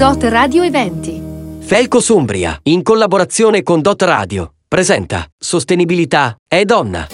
Dot Radio Eventi. Felcos Umbria, in collaborazione con Dot Radio, presenta Sostenibilità è donna.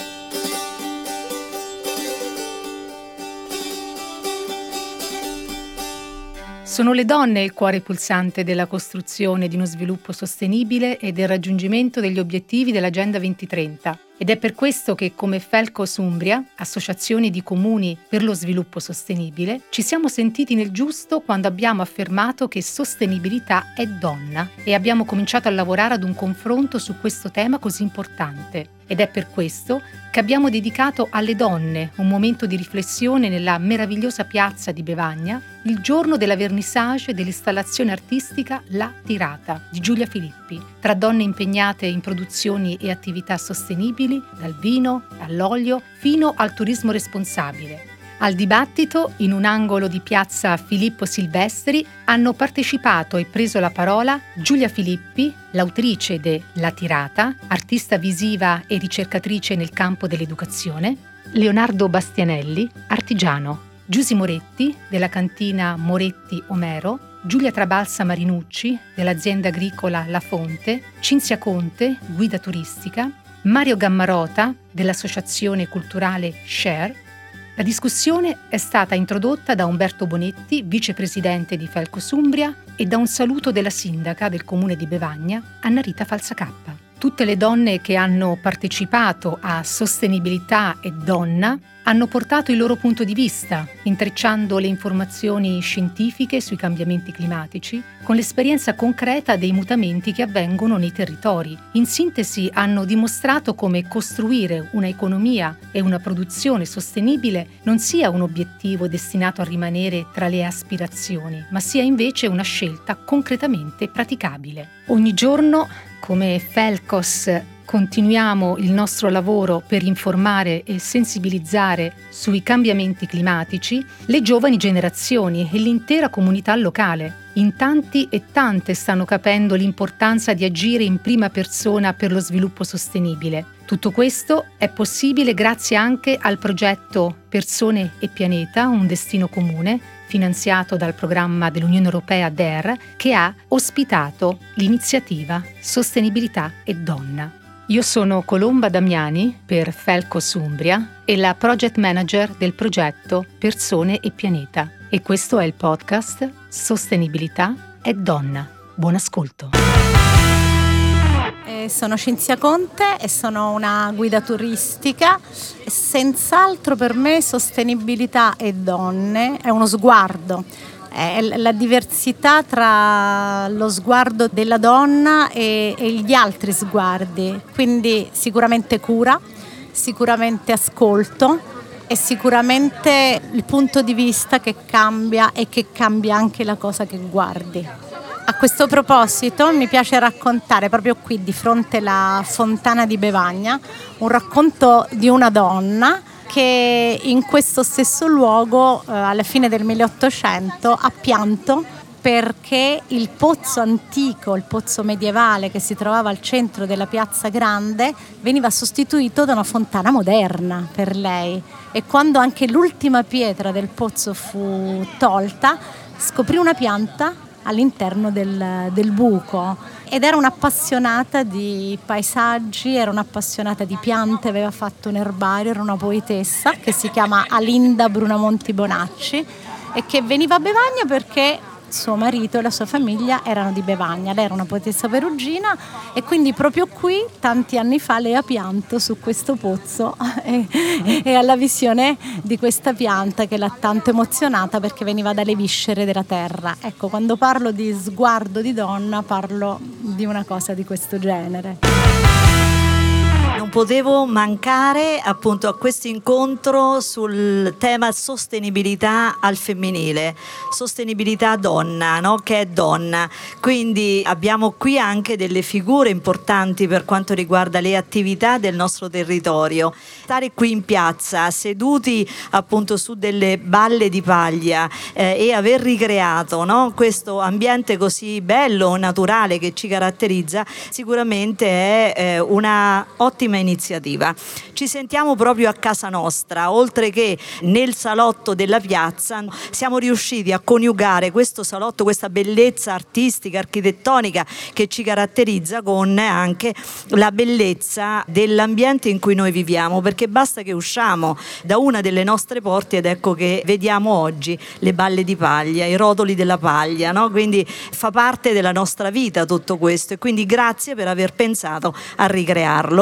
Sono le donne il cuore pulsante della costruzione di uno sviluppo sostenibile e del raggiungimento degli obiettivi dell'Agenda 2030. Ed è per questo che, come Felcos Umbria, associazione di comuni per lo sviluppo sostenibile, ci siamo sentiti nel giusto quando abbiamo affermato che sostenibilità è donna e abbiamo cominciato a lavorare ad un confronto su questo tema così importante. Ed è per questo che abbiamo dedicato alle donne un momento di riflessione nella meravigliosa piazza di Bevagna, il giorno della vernissage dell'installazione artistica La Tirata di Giulia Filippi, tra donne impegnate in produzioni e attività sostenibili, dal vino all'olio fino al turismo responsabile. Al dibattito, in un angolo di piazza Filippo Silvestri, hanno partecipato e preso la parola Giulia Filippi, l'autrice de La Tirata, artista visiva e ricercatrice nel campo dell'educazione, Leonardo Bastianelli, artigiano, Giusy Moretti, della cantina Moretti Omero, Giulia Trabalsa Marinucci, dell'azienda agricola La Fonte, Cinzia Conte, guida turistica, Mario Gammarota, dell'associazione culturale Share. La discussione è stata introdotta da Umberto Bonetti, vicepresidente di Felcos Umbria, e da un saluto della sindaca del comune di Bevagna, Anna Rita Falsacappa. Tutte le donne che hanno partecipato a Sostenibilità e Donna hanno portato il loro punto di vista, intrecciando le informazioni scientifiche sui cambiamenti climatici con l'esperienza concreta dei mutamenti che avvengono nei territori. In sintesi, hanno dimostrato come costruire una economia e una produzione sostenibile non sia un obiettivo destinato a rimanere tra le aspirazioni, ma sia invece una scelta concretamente praticabile. Ogni giorno, come Felcos, continuiamo il nostro lavoro per informare e sensibilizzare sui cambiamenti climatici le giovani generazioni e l'intera comunità locale. In tanti e tante stanno capendo l'importanza di agire in prima persona per lo sviluppo sostenibile. Tutto questo è possibile grazie anche al progetto Persone e Pianeta, un destino comune, finanziato dal programma dell'Unione Europea DER, che ha ospitato l'iniziativa Sostenibilità e Donna. Io sono Colomba Damiani per Felcos Umbria e la project manager del progetto Persone e Pianeta. E questo è il podcast Sostenibilità è Donna. Buon ascolto. Sono Cinzia Conte e sono una guida turistica. Senz'altro per me sostenibilità e donne è uno sguardo. È la diversità tra lo sguardo della donna e gli altri sguardi, quindi sicuramente cura, sicuramente ascolto e sicuramente il punto di vista che cambia e che cambia anche la cosa che guardi. A questo proposito mi piace raccontare proprio qui di fronte alla fontana di Bevagna un racconto di una donna che in questo stesso luogo alla fine del 1800 ha pianto perché il pozzo antico, il pozzo medievale che si trovava al centro della Piazza Grande veniva sostituito da una fontana moderna per lei, e quando anche l'ultima pietra del pozzo fu tolta scoprì una pianta all'interno del buco, ed era un'appassionata di paesaggi, era un'appassionata di piante, aveva fatto un erbario, era una poetessa che si chiama Alinda Brunamonti Bonacci e che veniva a Bevagna perché suo marito e la sua famiglia erano di Bevagna. Lei era una poetessa perugina e quindi proprio qui tanti anni fa lei ha pianto su questo pozzo e alla visione di questa pianta che l'ha tanto emozionata perché veniva dalle viscere della terra. Ecco, quando parlo di sguardo di donna parlo di una cosa di questo genere. Non potevo mancare appunto a questo incontro sul tema sostenibilità al femminile, sostenibilità donna, no? Che è donna. Quindi abbiamo qui anche delle figure importanti per quanto riguarda le attività del nostro territorio. Stare qui in piazza, seduti appunto su delle balle di paglia e aver ricreato, no? Questo ambiente così bello, naturale che ci caratterizza, sicuramente è una ottima iniziativa. Ci sentiamo proprio a casa nostra, oltre che nel salotto della piazza siamo riusciti a coniugare questo salotto, questa bellezza artistica, architettonica che ci caratterizza, con anche la bellezza dell'ambiente in cui noi viviamo, perché basta che usciamo da una delle nostre porte ed ecco che vediamo oggi le balle di paglia, i rotoli della paglia, no? Quindi fa parte della nostra vita tutto questo, e quindi grazie per aver pensato a ricrearlo.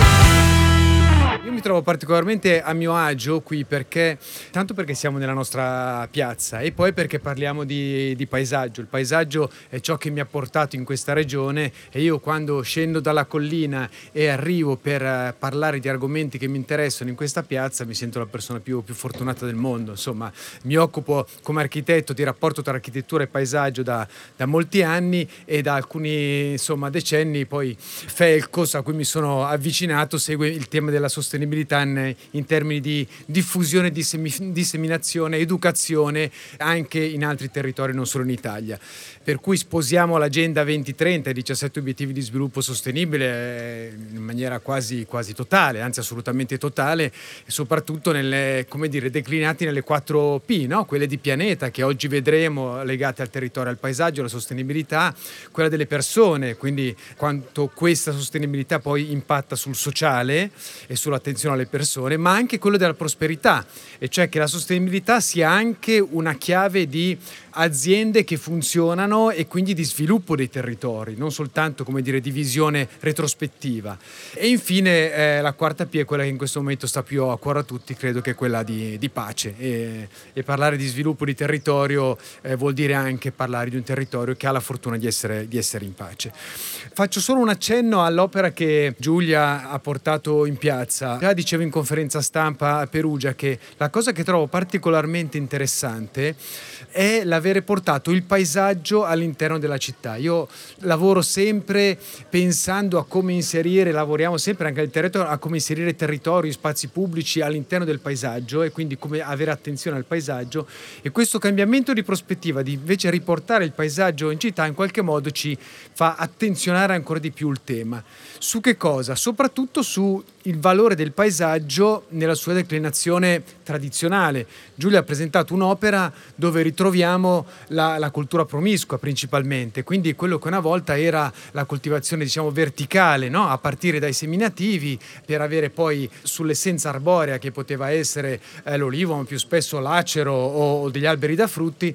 Io mi trovo particolarmente a mio agio qui tanto perché siamo nella nostra piazza e poi perché parliamo di paesaggio. Il paesaggio è ciò che mi ha portato in questa regione, e io quando scendo dalla collina e arrivo per parlare di argomenti che mi interessano in questa piazza mi sento la persona più fortunata del mondo. Insomma, mi occupo come architetto di rapporto tra architettura e paesaggio da molti anni, e da alcuni decenni poi Felcos, a cui mi sono avvicinato, segue il tema della sostenibilità in termini di diffusione, disseminazione, educazione anche in altri territori, non solo in Italia. Per cui sposiamo l'Agenda 2030 e 17 obiettivi di sviluppo sostenibile in maniera quasi totale, anzi assolutamente totale, e soprattutto declinati nelle 4 P, no? Quelle di pianeta, che oggi vedremo, legate al territorio, al paesaggio, alla sostenibilità, quella delle persone, quindi quanto questa sostenibilità poi impatta sul sociale e sull'attenzione alle persone, ma anche quello della prosperità, e cioè che la sostenibilità sia anche una chiave di aziende che funzionano e quindi di sviluppo dei territori, non soltanto di visione retrospettiva. E infine la 4ª P è quella che in questo momento sta più a cuore a tutti, credo che è quella di pace, e parlare di sviluppo di territorio vuol dire anche parlare di un territorio che ha la fortuna di essere in pace. Faccio solo un accenno all'opera che Giulia ha portato in piazza. Già dicevo in conferenza stampa a Perugia che la cosa che trovo particolarmente interessante è l'avere portato il paesaggio all'interno della città. Io lavoro sempre pensando a come lavoriamo sempre anche al territorio, a come inserire territori, spazi pubblici all'interno del paesaggio, e quindi come avere attenzione al paesaggio, e questo cambiamento di prospettiva di invece riportare il paesaggio in città in qualche modo ci fa attenzionare ancora di più il tema. Su che cosa? Soprattutto su il valore del paesaggio nella sua declinazione tradizionale. Giulia ha presentato un'opera dove ritroviamo la cultura promiscua principalmente, quindi quello che una volta era la coltivazione verticale, no? A partire dai seminativi, per avere poi sull'essenza arborea, che poteva essere l'olivo, ma più spesso l'acero o degli alberi da frutti,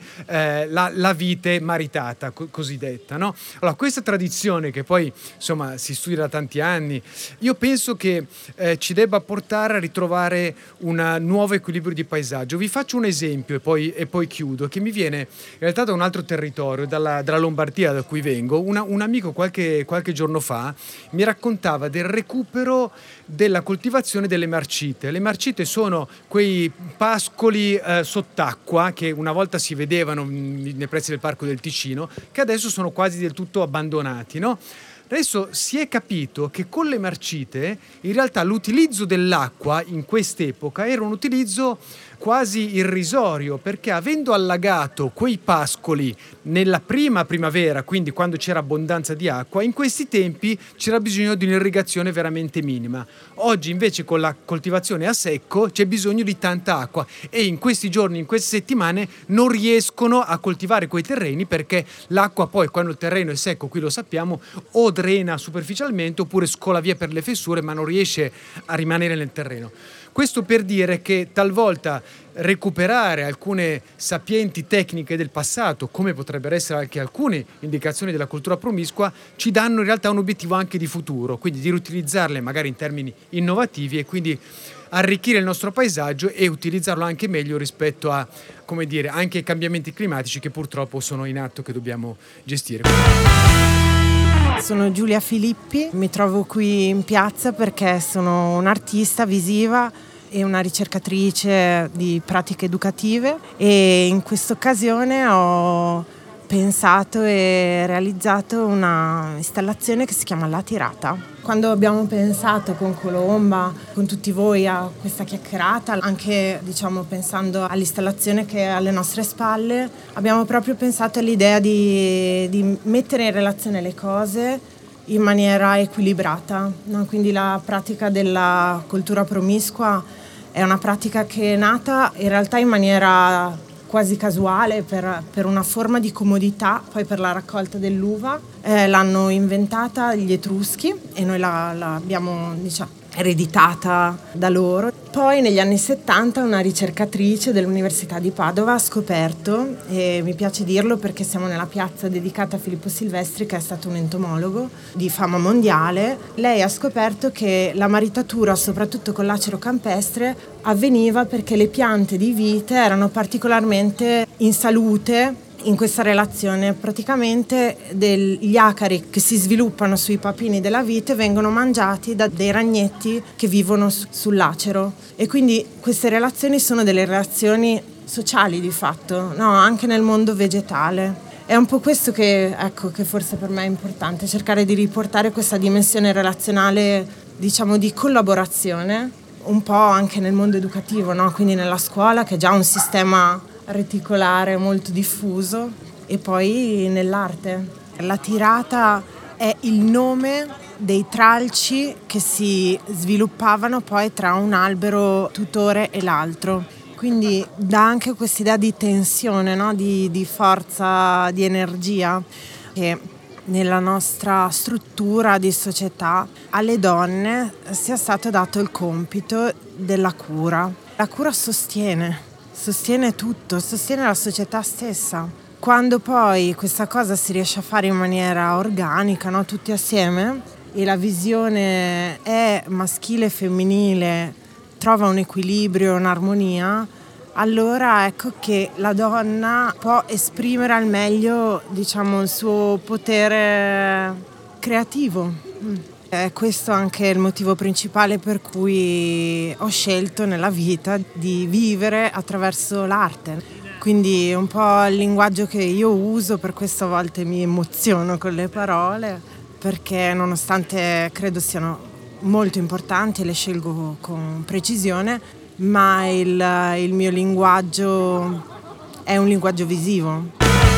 la vite maritata cosiddetta, no? Allora, questa tradizione che poi si studia da tanti anni, io penso che ci debba portare a ritrovare un nuovo equilibrio di paesaggio. Vi faccio un esempio e poi chiudo, che mi viene in realtà da un altro territorio, dalla Lombardia, da cui vengo. Un amico qualche giorno fa mi raccontava del recupero della coltivazione delle marcite. Le marcite sono quei pascoli sott'acqua che una volta si vedevano nei pressi del Parco del Ticino, che adesso sono quasi del tutto abbandonati, no? Adesso si è capito che con le marcite in realtà l'utilizzo dell'acqua in quest'epoca era un utilizzo quasi irrisorio, perché avendo allagato quei pascoli nella prima primavera, quindi quando c'era abbondanza di acqua, in questi tempi c'era bisogno di un'irrigazione veramente minima. Oggi invece con la coltivazione a secco c'è bisogno di tanta acqua, e in questi giorni, in queste settimane non riescono a coltivare quei terreni, perché l'acqua poi, quando il terreno è secco, qui lo sappiamo, o drena superficialmente oppure scola via per le fessure, ma non riesce a rimanere nel terreno. Questo per dire che talvolta recuperare alcune sapienti tecniche del passato, come potrebbero essere anche alcune indicazioni della cultura promiscua, ci danno in realtà un obiettivo anche di futuro, quindi di riutilizzarle magari in termini innovativi, e quindi arricchire il nostro paesaggio e utilizzarlo anche meglio rispetto a, anche ai cambiamenti climatici che purtroppo sono in atto, che dobbiamo gestire. Sono Giulia Filippi, mi trovo qui in piazza perché sono un'artista visiva e una ricercatrice di pratiche educative, e in questa occasione ho pensato e realizzato una installazione che si chiama La Tirata. Quando abbiamo pensato con Colomba, con tutti voi, a questa chiacchierata, anche pensando all'installazione che è alle nostre spalle, abbiamo proprio pensato all'idea di mettere in relazione le cose in maniera equilibrata, no? Quindi la pratica della coltura promiscua è una pratica che è nata in realtà in maniera quasi casuale per una forma di comodità, poi per la raccolta dell'uva l'hanno inventata gli Etruschi e noi l'abbiamo ereditata da loro. Poi negli anni 70 una ricercatrice dell'Università di Padova ha scoperto, e mi piace dirlo perché siamo nella piazza dedicata a Filippo Silvestri, che è stato un entomologo di fama mondiale, lei ha scoperto che la maritatura, soprattutto con l'acero campestre, avveniva perché le piante di vite erano particolarmente in salute in questa relazione. Praticamente gli acari che si sviluppano sui papini della vite vengono mangiati da dei ragnetti che vivono sull'acero, e quindi queste relazioni sono delle relazioni sociali di fatto, no? Anche nel mondo vegetale. È un po' questo che forse per me è importante, cercare di riportare questa dimensione relazionale, diciamo, di collaborazione, un po' anche nel mondo educativo, no? Quindi nella scuola, che è già un sistema reticolare molto diffuso, e poi nell'arte. La tirata è il nome dei tralci che si sviluppavano poi tra un albero tutore e l'altro, quindi dà anche quest'idea di tensione, no? di forza, di energia, che nella nostra struttura di società alle donne sia stato dato il compito della cura. La cura sostiene tutto, sostiene la società stessa. Quando poi questa cosa si riesce a fare in maniera organica, no? Tutti assieme, e la visione è maschile e femminile, trova un equilibrio, un'armonia, allora ecco che la donna può esprimere al meglio, diciamo, il suo potere creativo. È questo anche il motivo principale per cui ho scelto nella vita di vivere attraverso l'arte. Quindi un po' il linguaggio che io uso, per questo a volte mi emoziono con le parole, perché nonostante credo siano molto importanti e le scelgo con precisione, ma il mio linguaggio è un linguaggio visivo.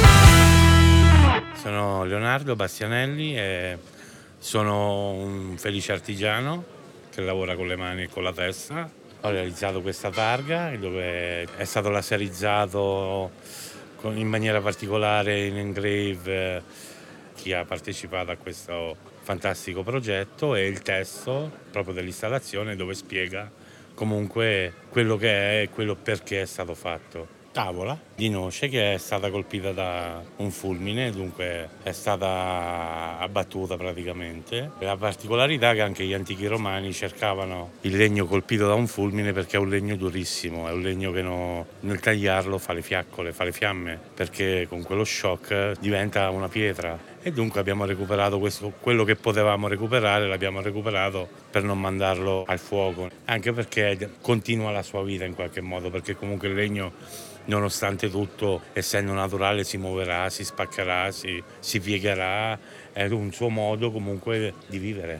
Sono Leonardo Bastianelli e sono un felice artigiano che lavora con le mani e con la testa. Ho realizzato questa targa dove è stato laserizzato in maniera particolare in engrave chi ha partecipato a questo fantastico progetto, e il testo proprio dell'installazione dove spiega comunque quello che è e quello perché è stato fatto. Tavola di noce che è stata colpita da un fulmine, dunque è stata abbattuta praticamente. La particolarità è che anche gli antichi romani cercavano il legno colpito da un fulmine perché è un legno durissimo, è un legno che nel tagliarlo fa le fiaccole, fa le fiamme, perché con quello shock diventa una pietra. E dunque abbiamo recuperato quello che potevamo recuperare, l'abbiamo recuperato per non mandarlo al fuoco, anche perché continua la sua vita in qualche modo, perché comunque il legno, nonostante tutto, essendo naturale, si muoverà, si spaccherà, si piegherà, è un suo modo comunque di vivere.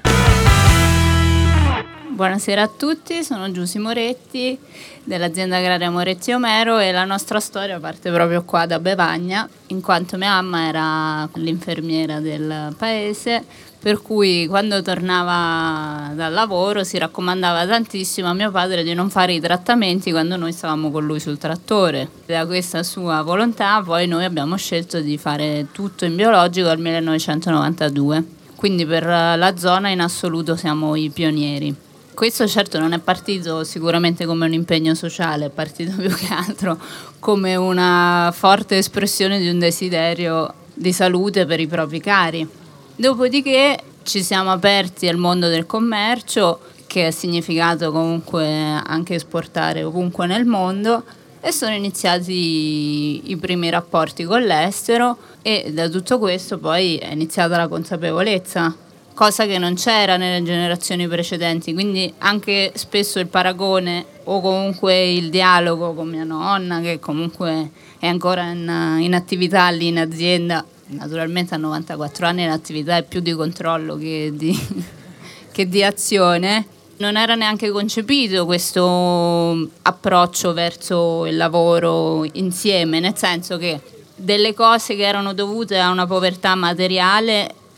Buonasera a tutti, sono Giusy Moretti dell'azienda agraria Moretti Omero, e la nostra storia parte proprio qua da Bevagna, in quanto mia mamma era l'infermiera del paese, per cui quando tornava dal lavoro si raccomandava tantissimo a mio padre di non fare i trattamenti quando noi stavamo con lui sul trattore. Da questa sua volontà poi noi abbiamo scelto di fare tutto in biologico dal 1992, quindi per la zona in assoluto siamo i pionieri. Questo certo non è partito sicuramente come un impegno sociale, è partito più che altro come una forte espressione di un desiderio di salute per i propri cari. Dopodiché ci siamo aperti al mondo del commercio, che ha significato comunque anche esportare ovunque nel mondo, e sono iniziati i primi rapporti con l'estero, e da tutto questo poi è iniziata la consapevolezza, cosa che non c'era nelle generazioni precedenti, quindi anche spesso il paragone o comunque il dialogo con mia nonna, che comunque è ancora in attività lì in azienda, naturalmente a 94 anni l'attività è più di controllo che di azione. Non era neanche concepito questo approccio verso il lavoro insieme, nel senso che delle cose che erano dovute a una povertà materiale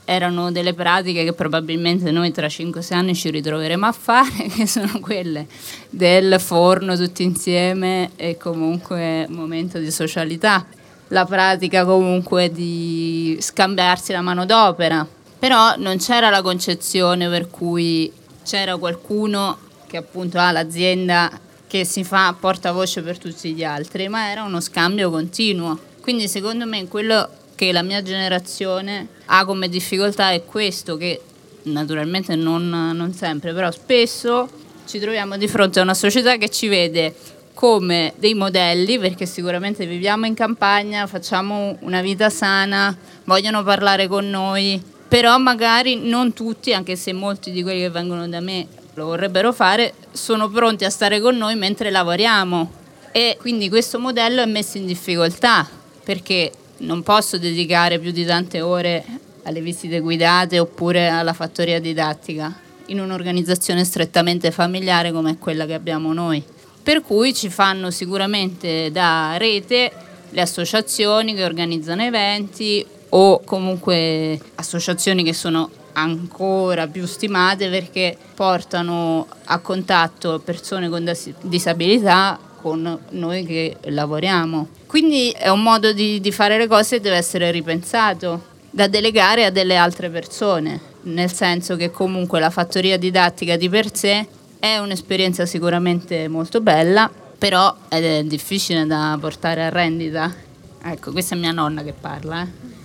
erano delle pratiche che probabilmente noi tra 5-6 anni ci ritroveremo a fare, che sono quelle del forno tutti insieme e comunque un momento di socialità, la pratica comunque di scambiarsi la manodopera, però non c'era la concezione per cui c'era qualcuno che appunto ha l'azienda che si fa portavoce per tutti gli altri, ma era uno scambio continuo. Quindi secondo me quello che la mia generazione ha come difficoltà è questo, che naturalmente non sempre, però spesso ci troviamo di fronte a una società che ci vede come dei modelli, perché sicuramente viviamo in campagna, facciamo una vita sana, vogliono parlare con noi, però magari non tutti, anche se molti di quelli che vengono da me lo vorrebbero fare, sono pronti a stare con noi mentre lavoriamo, e quindi questo modello è messo in difficoltà perché non posso dedicare più di tante ore alle visite guidate oppure alla fattoria didattica in un'organizzazione strettamente familiare come quella che abbiamo noi, per cui ci fanno sicuramente da rete le associazioni che organizzano eventi o comunque associazioni che sono ancora più stimate perché portano a contatto persone con disabilità con noi che lavoriamo. Quindi è un modo di fare le cose che deve essere ripensato, da delegare a delle altre persone, nel senso che comunque la fattoria didattica di per sé è un'esperienza sicuramente molto bella, però è difficile da portare a rendita. Ecco, questa è mia nonna che parla.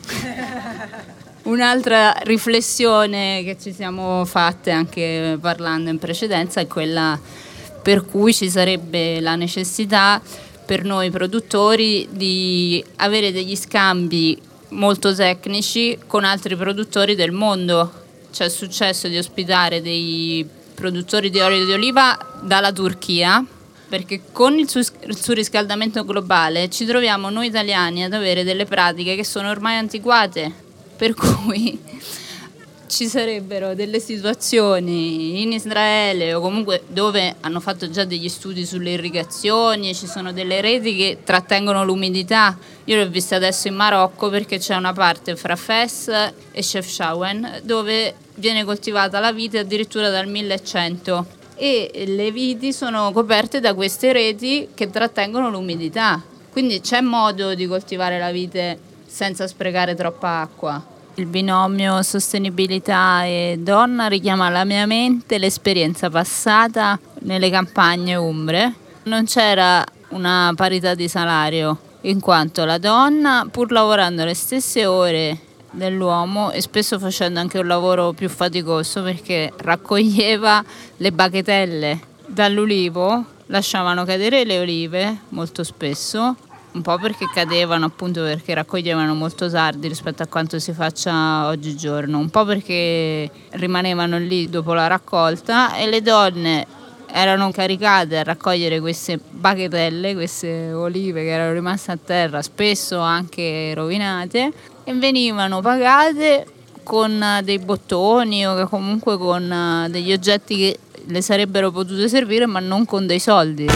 Un'altra riflessione che ci siamo fatte anche parlando in precedenza è quella per cui ci sarebbe la necessità per noi produttori di avere degli scambi molto tecnici con altri produttori del mondo. C'è successo di ospitare dei produttori di olio di oliva dalla Turchia, perché con il surriscaldamento globale ci troviamo noi italiani ad avere delle pratiche che sono ormai antiquate, per cui ci sarebbero delle situazioni in Israele o comunque dove hanno fatto già degli studi sulle irrigazioni e ci sono delle reti che trattengono l'umidità. Io l'ho vista adesso in Marocco perché c'è una parte fra Fes e Chefchaouen dove viene coltivata la vite addirittura dal 1100 e le viti sono coperte da queste reti che trattengono l'umidità. Quindi c'è modo di coltivare la vite senza sprecare troppa acqua. Il binomio sostenibilità e donna richiama alla mia mente l'esperienza passata nelle campagne umbre. Non c'era una parità di salario, in quanto la donna, pur lavorando le stesse ore dell'uomo e spesso facendo anche un lavoro più faticoso perché raccoglieva le bachetelle dall'ulivo, lasciavano cadere le olive molto spesso, un po' perché cadevano appunto perché raccoglievano molto tardi rispetto a quanto si faccia oggigiorno, un po' perché rimanevano lì dopo la raccolta e le donne erano caricate a raccogliere queste bachetelle, queste olive che erano rimaste a terra, spesso anche rovinate, e venivano pagate con dei bottoni o comunque con degli oggetti che le sarebbero potute servire ma non con dei soldi.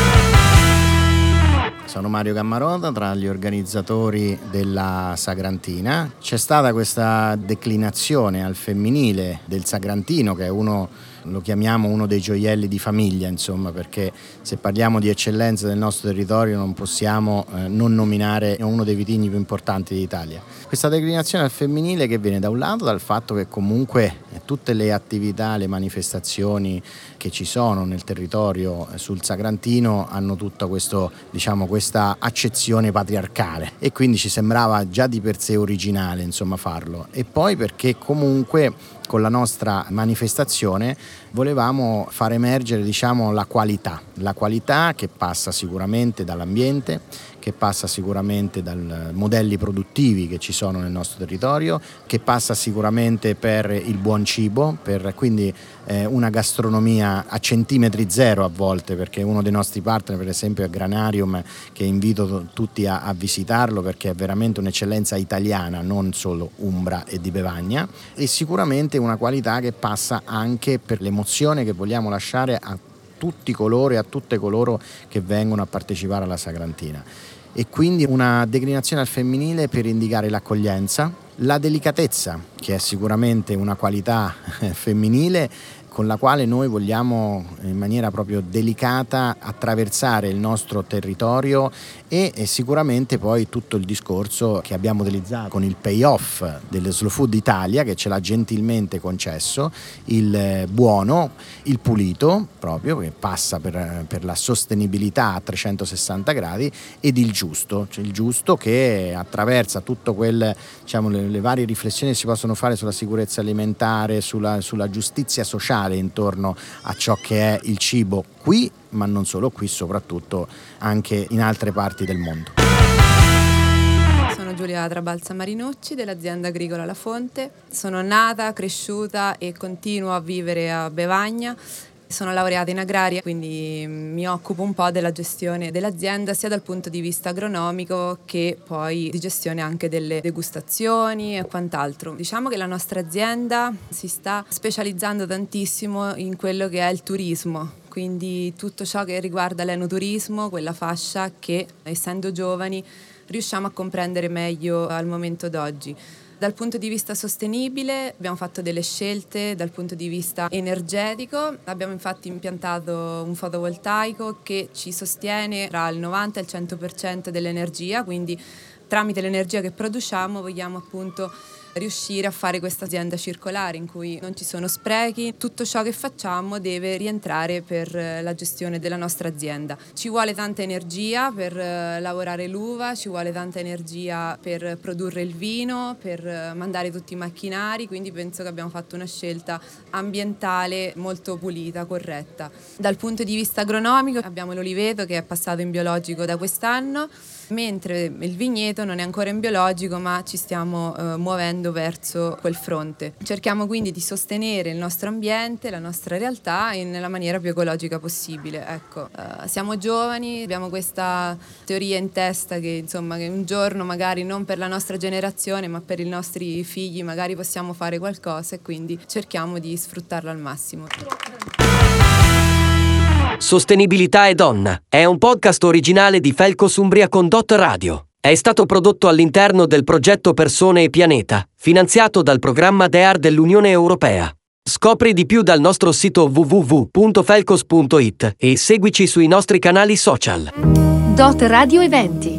Sono Mario Cammarota, tra gli organizzatori della Sagrantina. C'è stata questa declinazione al femminile del Sagrantino, che è lo chiamiamo uno dei gioielli di famiglia, insomma, perché se parliamo di eccellenza del nostro territorio non possiamo non nominare uno dei vitigni più importanti d'Italia. Questa declinazione al femminile che viene da un lato dal fatto che comunque tutte le attività, le manifestazioni che ci sono nel territorio sul Sagrantino hanno tutta questa accezione patriarcale e quindi ci sembrava già di per sé originale, insomma, farlo. E poi perché comunque con la nostra manifestazione volevamo far emergere, la qualità che passa sicuramente dall'ambiente, che passa sicuramente dai modelli produttivi che ci sono nel nostro territorio, che passa sicuramente per il buon cibo, per quindi una gastronomia a centimetri zero a volte, perché uno dei nostri partner per esempio è Granarium, che invito tutti a visitarlo perché è veramente un'eccellenza italiana, non solo umbra e di Bevagna, e sicuramente una qualità che passa anche per l'emozione che vogliamo lasciare a tutti coloro e a tutte coloro che vengono a partecipare alla Sagrantina. E quindi una declinazione al femminile per indicare l'accoglienza, la delicatezza, che è sicuramente una qualità femminile con la quale noi vogliamo in maniera proprio delicata attraversare il nostro territorio e sicuramente poi tutto il discorso che abbiamo utilizzato con il payoff dello Slow Food Italia, che ce l'ha gentilmente concesso, il buono, il pulito proprio, che passa per la sostenibilità a 360 gradi, ed il giusto, cioè il giusto che attraversa tutto quel, diciamo, le varie riflessioni che si possono fare sulla sicurezza alimentare, sulla giustizia sociale intorno a ciò che è il cibo qui, ma non solo qui, soprattutto anche in altre parti del mondo. Sono Giulia Trabalza Marinucci dell'azienda agricola La Fonte. Sono nata, cresciuta e continuo a vivere a Bevagna. Sono laureata in agraria, quindi mi occupo un po' della gestione dell'azienda sia dal punto di vista agronomico che poi di gestione anche delle degustazioni e quant'altro. Diciamo che la nostra azienda si sta specializzando tantissimo in quello che è il turismo, quindi tutto ciò che riguarda l'enoturismo, quella fascia che, essendo giovani, riusciamo a comprendere meglio al momento d'oggi. Dal punto di vista sostenibile abbiamo fatto delle scelte dal punto di vista energetico, abbiamo infatti impiantato un fotovoltaico che ci sostiene tra il 90 e il 100% dell'energia, quindi tramite l'energia che produciamo vogliamo appunto riuscire a fare questa azienda circolare in cui non ci sono sprechi, tutto ciò che facciamo deve rientrare per la gestione della nostra azienda. Ci vuole tanta energia per lavorare l'uva, ci vuole tanta energia per produrre il vino, per mandare tutti i macchinari, quindi penso che abbiamo fatto una scelta ambientale molto pulita, corretta. Dal punto di vista agronomico abbiamo l'oliveto che è passato in biologico da quest'anno, mentre il vigneto non è ancora in biologico, ma ci stiamo muovendo verso quel fronte. Cerchiamo quindi di sostenere il nostro ambiente, la nostra realtà nella maniera più ecologica possibile. Ecco, siamo giovani, abbiamo questa teoria in testa che insomma che un giorno magari non per la nostra generazione ma per i nostri figli magari possiamo fare qualcosa e quindi cerchiamo di sfruttarlo al massimo. Sostenibilità e donna è un podcast originale di Felcos Umbria con Dot Radio. È stato prodotto all'interno del progetto Persone e Pianeta, finanziato dal programma DEAR dell'Unione Europea. Scopri di più dal nostro sito www.felcos.it e seguici sui nostri canali social. Dot Radio Eventi.